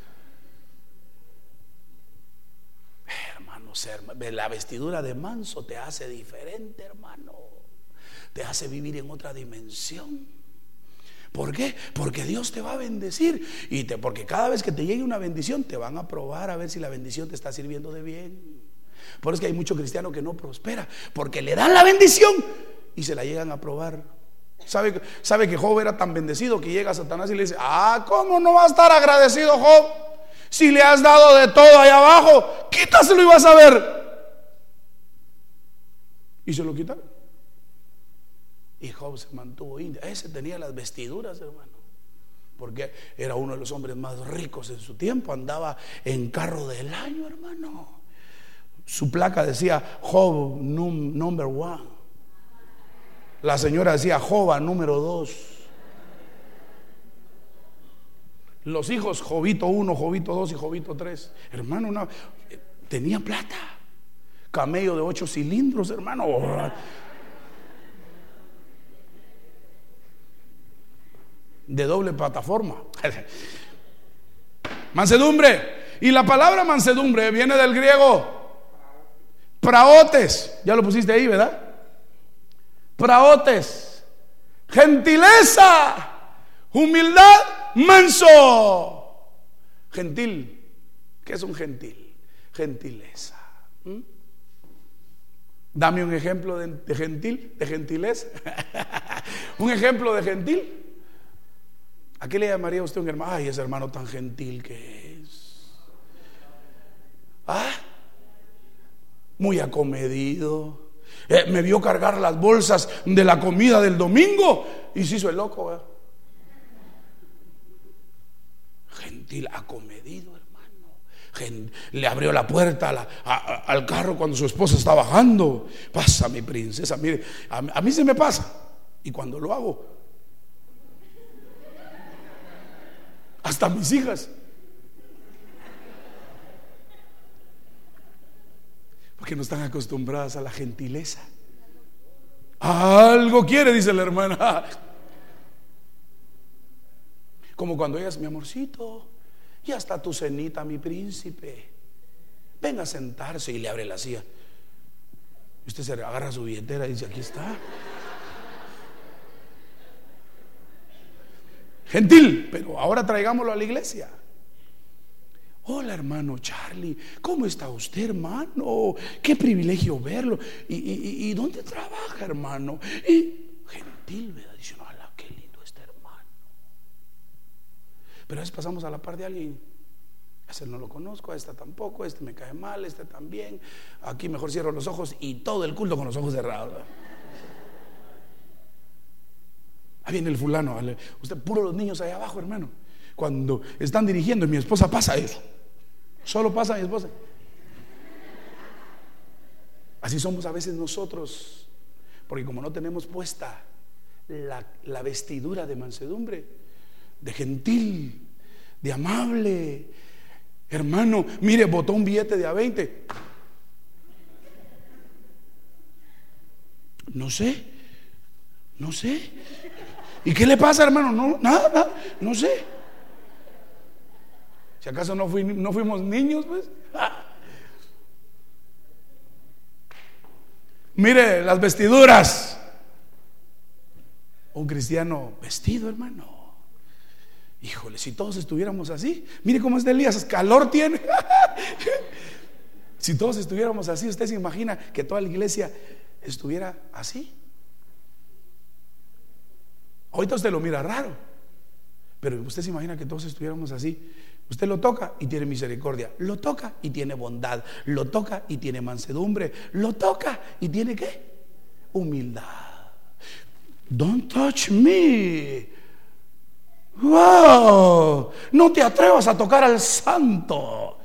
Hermano, la vestidura de manso te hace diferente, hermano. Te hace vivir en otra dimensión. ¿Por qué? Porque Dios te va a bendecir porque cada vez que te llegue una bendición te van a probar a ver si la bendición te está sirviendo de bien. Por eso es que hay mucho cristiano que no prospera, porque le dan la bendición y se la llegan a probar. ¿Sabe que Job era tan bendecido que llega a Satanás y le dice: ¿cómo no va a estar agradecido Job? Si le has dado de todo ahí abajo, quítaselo y vas a ver. Y se lo quitaron. Y Job se mantuvo íntegro. Ese tenía las vestiduras, hermano, porque era uno de los hombres más ricos en su tiempo. Andaba en carro del año, hermano. Su placa decía Job number 1. La señora decía Joba número 2. Los hijos Jobito 1, Jobito 2 y Jobito 3. Hermano, tenía plata. Camello de 8 cilindros, hermano. De doble plataforma. Mansedumbre. Y la palabra mansedumbre viene del griego praotes. Ya lo pusiste ahí, ¿verdad? Praotes. Gentileza, humildad, manso. Gentil. ¿Qué es un gentil? Gentileza. Dame un ejemplo de gentil, de gentileza. Un ejemplo de gentil. ¿A qué le llamaría usted un hermano? Ay, ese hermano tan gentil que es. Muy acomedido. Me vio cargar las bolsas de la comida del domingo y se hizo el loco, ¿verdad? Gentil, acomedido, hermano. Le abrió la puerta al carro cuando su esposa está bajando. Pasa, mi princesa. Mire, a mí se me pasa. Y cuando lo hago, hasta mis hijas, porque no están acostumbradas a la gentileza. Algo quiere, dice la hermana. Como cuando ella es: mi amorcito, ya está tu cenita, mi príncipe, venga a sentarse, y le abre la silla. Usted se agarra su billetera y dice: aquí está. Gentil. Pero ahora traigámoslo a la iglesia. Hola, hermano Charlie, ¿cómo está usted, hermano? Qué privilegio verlo. ¿Y dónde trabaja, hermano? Y gentil, ¿verdad? Dice: hola, qué lindo este hermano. Pero a veces pasamos a la par de alguien: a ese no lo conozco, a esta tampoco, este me cae mal, este también. Aquí mejor cierro los ojos, y todo el culto con los ojos cerrados, ¿verdad? Ahí viene el fulano. Usted, puro los niños allá abajo, hermano. Cuando están dirigiendo y mi esposa pasa eso, solo pasa mi esposa. Así somos a veces nosotros, porque como no tenemos puesta la vestidura de mansedumbre, de gentil, de amable. Hermano, mire, botó un billete de $20. No sé. ¿Y qué le pasa, hermano? No, nada, no sé. Si acaso no fuimos niños, pues. Mire las vestiduras. Un cristiano vestido, hermano. Híjole, si todos estuviéramos así. Mire cómo está Elías, calor tiene. Si todos estuviéramos así, ¿usted se imagina que toda la iglesia estuviera así? Ahorita usted lo mira raro, pero usted se imagina que todos estuviéramos así. Usted lo toca y tiene misericordia, lo toca y tiene bondad, lo toca y tiene mansedumbre, lo toca y tiene ¿qué? Humildad. Don't touch me. Wow, no te atrevas a tocar al santo.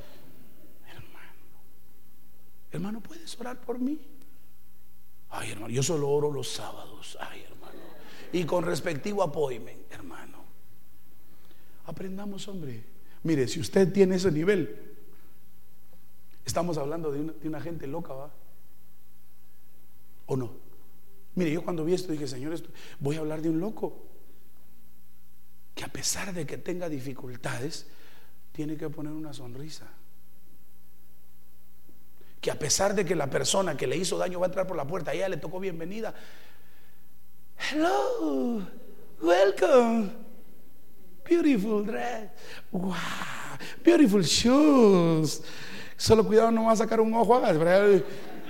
Hermano, ¿puedes orar por mí? Ay, hermano, yo solo oro los sábados. Ay, hermano, y con respectivo appointment, hermano. Aprendamos, hombre. Mire, si usted tiene ese nivel, estamos hablando de una gente loca, ¿va? ¿O no? Mire, yo cuando vi esto dije: Señor, voy a hablar de un loco que a pesar de que tenga dificultades, tiene que poner una sonrisa. Que a pesar de que la persona que le hizo daño va a entrar por la puerta, a ella le tocó bienvenida. Hello, Welcome. Beautiful dress. Wow. Beautiful shoes. Solo cuidado, no va a sacar un ojo. ¿Verdad?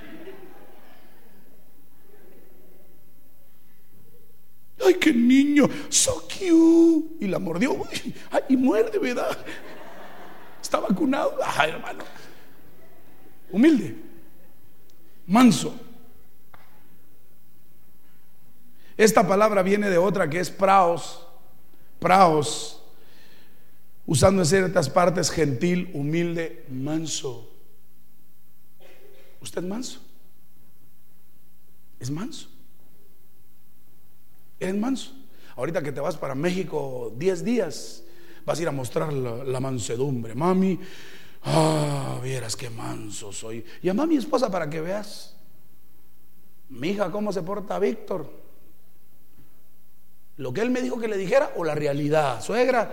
Ay, qué niño. So cute. Y la mordió. Uy, ay, y muerde, ¿verdad? Está vacunado. Ay, hermano. Humilde. Manso. Esta palabra viene de otra que es praos. Praos, usando en ciertas partes gentil, humilde, manso. ¿Usted es manso? ¿Es manso? ¿Eres manso? Ahorita que te vas para México 10 días, vas a ir a mostrar la mansedumbre. Mami, vieras qué manso soy. Llama a mi esposa para que veas. Mija, ¿cómo se porta Víctor? ¿Lo que él me dijo que le dijera o la realidad? Suegra,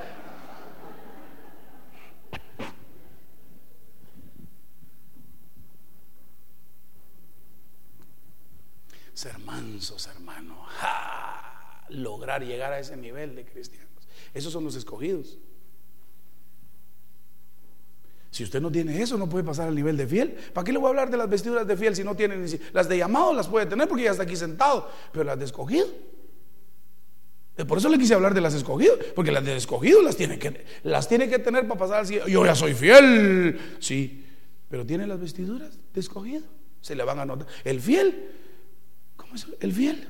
ser mansos, hermano. Lograr llegar a ese nivel de cristianos. Esos son los escogidos. Si usted no tiene eso, no puede pasar al nivel de fiel. ¿Para qué le voy a hablar de las vestiduras de fiel si no tiene? Las de llamado las puede tener porque ya está aquí sentado, pero las de escogido. Por eso le quise hablar de las escogidas, porque las de escogidos las tiene que tener para pasar al cielo. Yo ya soy fiel, sí, pero tiene las vestiduras de escogido. Se le van a notar. El fiel, ¿cómo es? El fiel,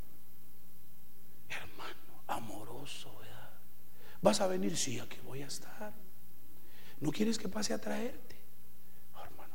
hermano, amoroso, ¿verdad? ¿Vas a venir? Sí, aquí voy a estar. ¿No quieres que pase a traerte? Hermano,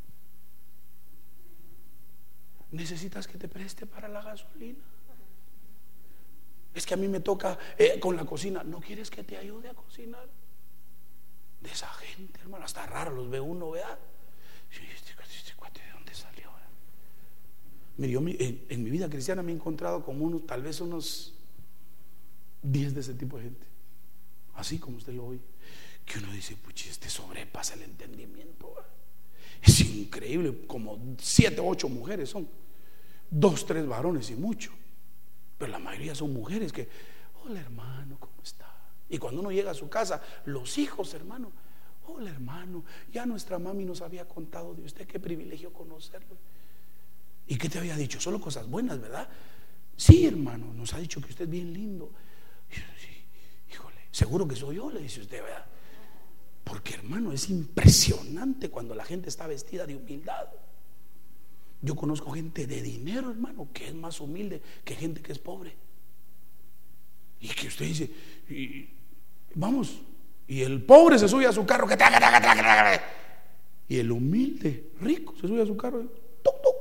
¿necesitas que te preste para la gasolina? Es que a mí me toca con la cocina. ¿No quieres que te ayude a cocinar? De esa gente, hermano, hasta raro los ve uno, ¿verdad? Este cuate, ¿de dónde salió? Mire, yo en mi vida cristiana me he encontrado como tal vez unos 10 de ese tipo de gente, así como usted lo oye, que uno dice, puchi, este sobrepasa el entendimiento, ¿verdad? Es increíble, como 7 o 8 mujeres son, 2, 3 varones y mucho. Pero la mayoría son mujeres que, hola hermano, ¿cómo está? Y cuando uno llega a su casa, los hijos, hermano, hola hermano, ya nuestra mami nos había contado de usted, qué privilegio conocerlo. ¿Y qué te había dicho? Solo cosas buenas, ¿verdad? Sí, hermano, nos ha dicho que usted es bien lindo. Sí, híjole, seguro que soy yo, le dice usted, ¿verdad? Porque hermano, es impresionante cuando la gente está vestida de humildad. Yo conozco gente de dinero, hermano, que es más humilde que gente que es pobre. Y que usted dice, vamos, y el pobre se sube a su carro, y el humilde, rico, se sube a su carro, ¡tuc, tuc!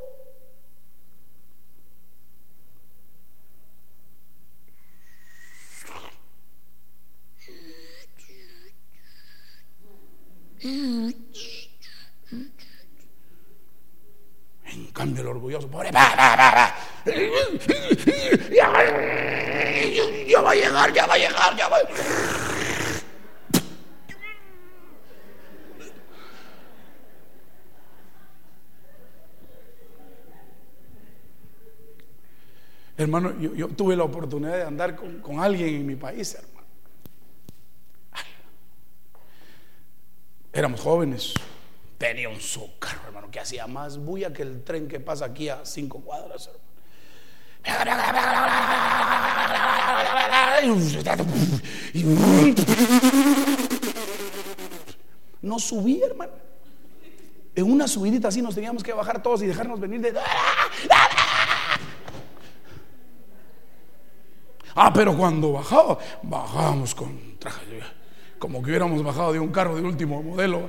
En cambio el orgulloso pobre, ya va a llegar. Hermano, yo tuve la oportunidad de andar con alguien en mi país, hermano. Éramos jóvenes. Tenía un carro, hermano, que hacía más bulla que el tren que pasa aquí a 5 cuadras, hermano. No subí, hermano. En una subidita así nos teníamos que bajar todos y dejarnos venir de... pero cuando bajábamos con traje, como que hubiéramos bajado de un carro de último modelo.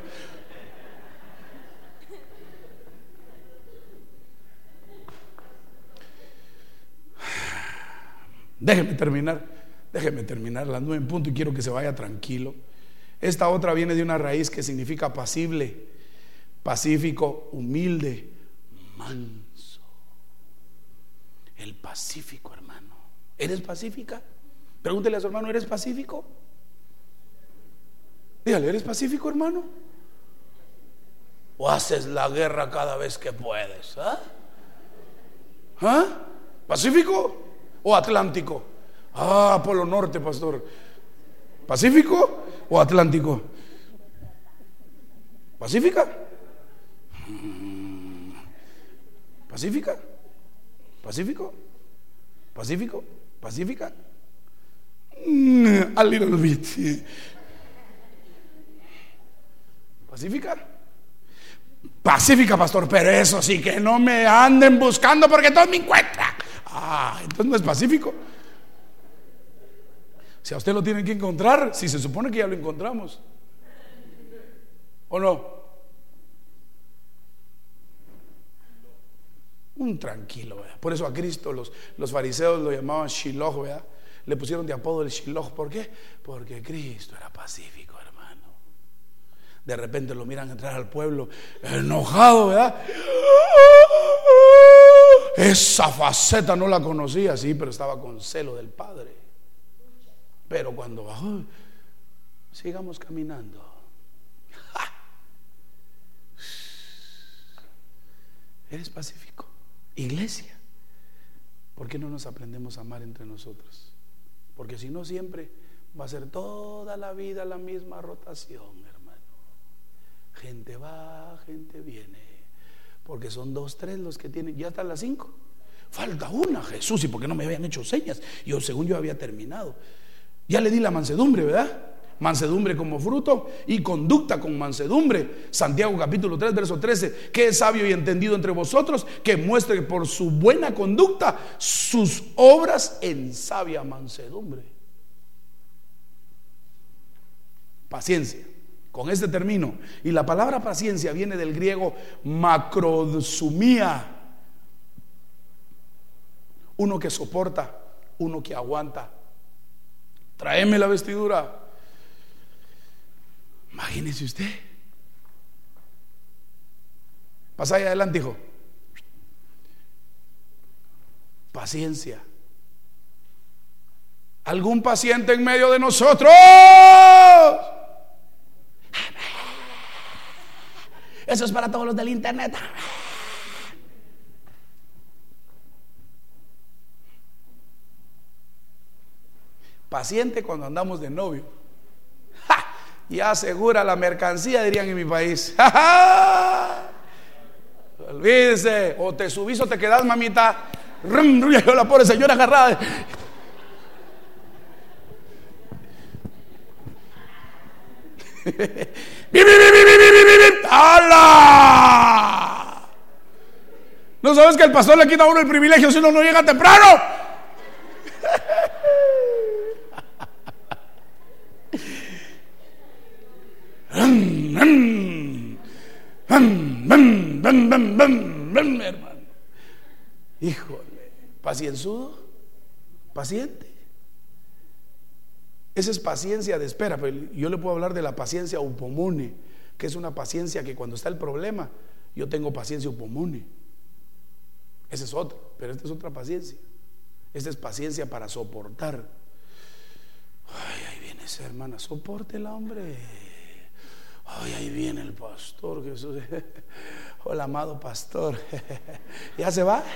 Déjeme terminar las 9 en punto y quiero que se vaya tranquilo. Esta otra viene de una raíz que significa pasible, pacífico, humilde, manso. El pacífico, hermano. ¿Eres pacífica? Pregúntele a su hermano, ¿eres pacífico? Dígale, ¿eres pacífico, hermano? ¿O haces la guerra cada vez que puedes? ¿Pacífico o atlántico? Polo Norte, pastor. ¿Pacífico o Atlántico? ¿Pacífica? ¿Pacífica? ¿Pacífico? ¿Pacífico? ¿Pacífica? A little bit. ¿Pacífica? Pacífica, pastor, pero eso sí, que no me anden buscando porque todos me encuentran. Entonces no es pacífico. Si a usted lo tienen que encontrar, si se supone que ya lo encontramos, ¿o no? Un tranquilo, ¿verdad? Por eso a Cristo los fariseos lo llamaban Shiloh, ¿verdad? Le pusieron de apodo el Shiloh. ¿Por qué? Porque Cristo era pacífico, hermano. De repente lo miran entrar al pueblo enojado, ¿verdad? Esa faceta no la conocía, sí, pero estaba con celo del Padre. Pero cuando bajó, sigamos caminando. ¿Eres pacífico? Iglesia, ¿por qué no nos aprendemos a amar entre nosotros? Porque si no, siempre va a ser toda la vida la misma rotación, hermano. Gente va, gente viene. Porque son 2, 3 los que tienen. Ya están las 5. Falta una, Jesús. ¿Y por qué no me habían hecho señas? Según yo había terminado. Ya le di la mansedumbre, ¿verdad? Mansedumbre como fruto y conducta con mansedumbre. Santiago capítulo 3 verso 13. Que es sabio y entendido entre vosotros, que muestre por su buena conducta sus obras en sabia mansedumbre. Paciencia. Con este termino. Y la palabra paciencia viene del griego macrodosumía. Uno que soporta, uno que aguanta. Tráeme la vestidura. Imagínese usted. Pasa ahí adelante, hijo. Paciencia. ¿Algún paciente en medio de nosotros? Eso es para todos los del internet. Paciente cuando andamos de novio. Ya asegura la mercancía, dirían en mi país. Olvídese. O te subís o te quedás, mamita. Yo la pobre señora agarrada. ¡Hala! ¿No sabes que el pastor le quita a uno el privilegio si uno no llega temprano? Hermano, híjole, pacienzudo, paciente. Esa es paciencia de espera. Pero yo le puedo hablar de la paciencia upomune, que es una paciencia que cuando está el problema, yo tengo paciencia upomune. Esa es otra, pero esta es otra paciencia. Esta es paciencia para soportar. Ay, ahí viene esa hermana, sopórtela, hombre. Ay, ahí viene el pastor Jesús. Hola, amado pastor. ¿Ya se va?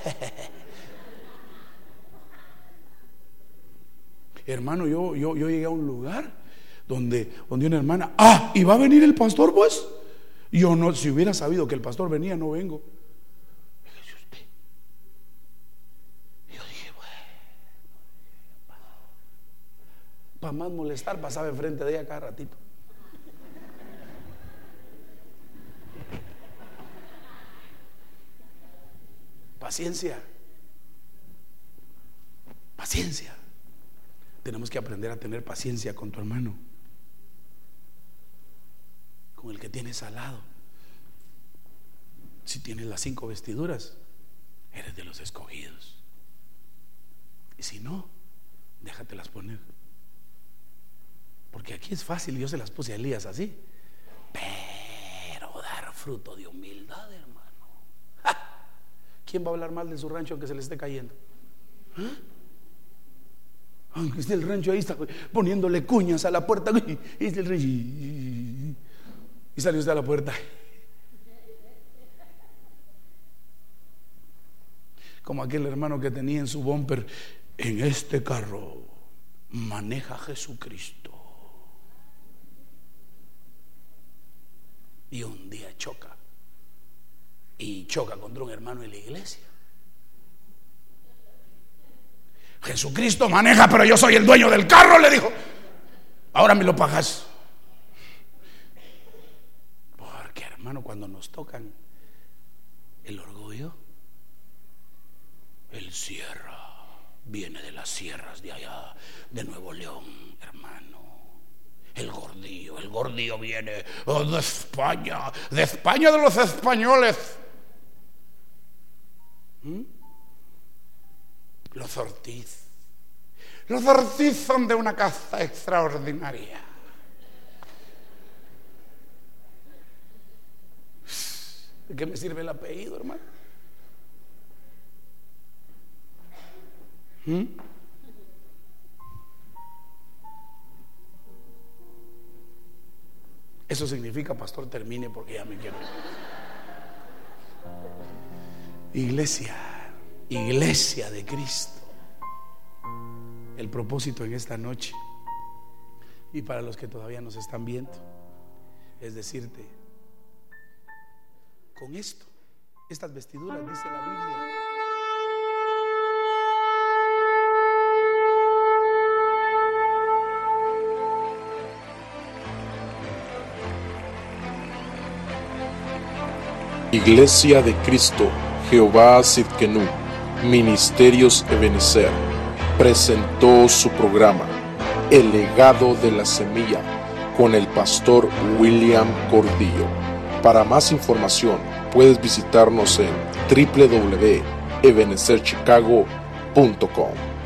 Hermano, yo llegué a un lugar donde una hermana, ¿y va a venir el pastor, pues? Yo no, si hubiera sabido que el pastor venía, no vengo. Fíjese usted. Yo dije, bueno, para más molestar, pasaba enfrente de ella cada ratito. Paciencia. Paciencia. Tenemos que aprender a tener paciencia con tu hermano, con el que tienes al lado. Si tienes las 5 vestiduras, eres de los escogidos. Y si no, déjatelas poner. Porque aquí es fácil, yo se las puse a Elías así. Pero dar fruto de humildad, hermano. ¿Quién va a hablar mal de su rancho aunque se le esté cayendo? Aunque esté el rancho ahí, está poniéndole cuñas a la puerta. Y salió usted a la puerta. Como aquel hermano que tenía en su bumper: en este carro maneja Jesucristo. Y un día choca. Y choca contra un hermano en la iglesia. Jesucristo maneja, pero yo soy el dueño del carro, le dijo. Ahora me lo pagas. Porque, hermano, cuando nos tocan el orgullo, el sierra viene de las sierras de allá, de Nuevo León, hermano. El gordillo viene de España de los españoles. Los Ortiz son de una casta extraordinaria. ¿De qué me sirve el apellido, hermano? Eso significa, pastor, termine porque ya me quiero ir. Iglesia de Cristo. El propósito en esta noche, y para los que todavía nos están viendo, es decirte, con esto, estas vestiduras, dice la Biblia, Iglesia de Cristo, Jehová Sidkenu, Ministerios Ebenezer, presentó su programa, El legado de la semilla, con el pastor William Cordillo. Para más información, puedes visitarnos en www.ebenezerchicago.com.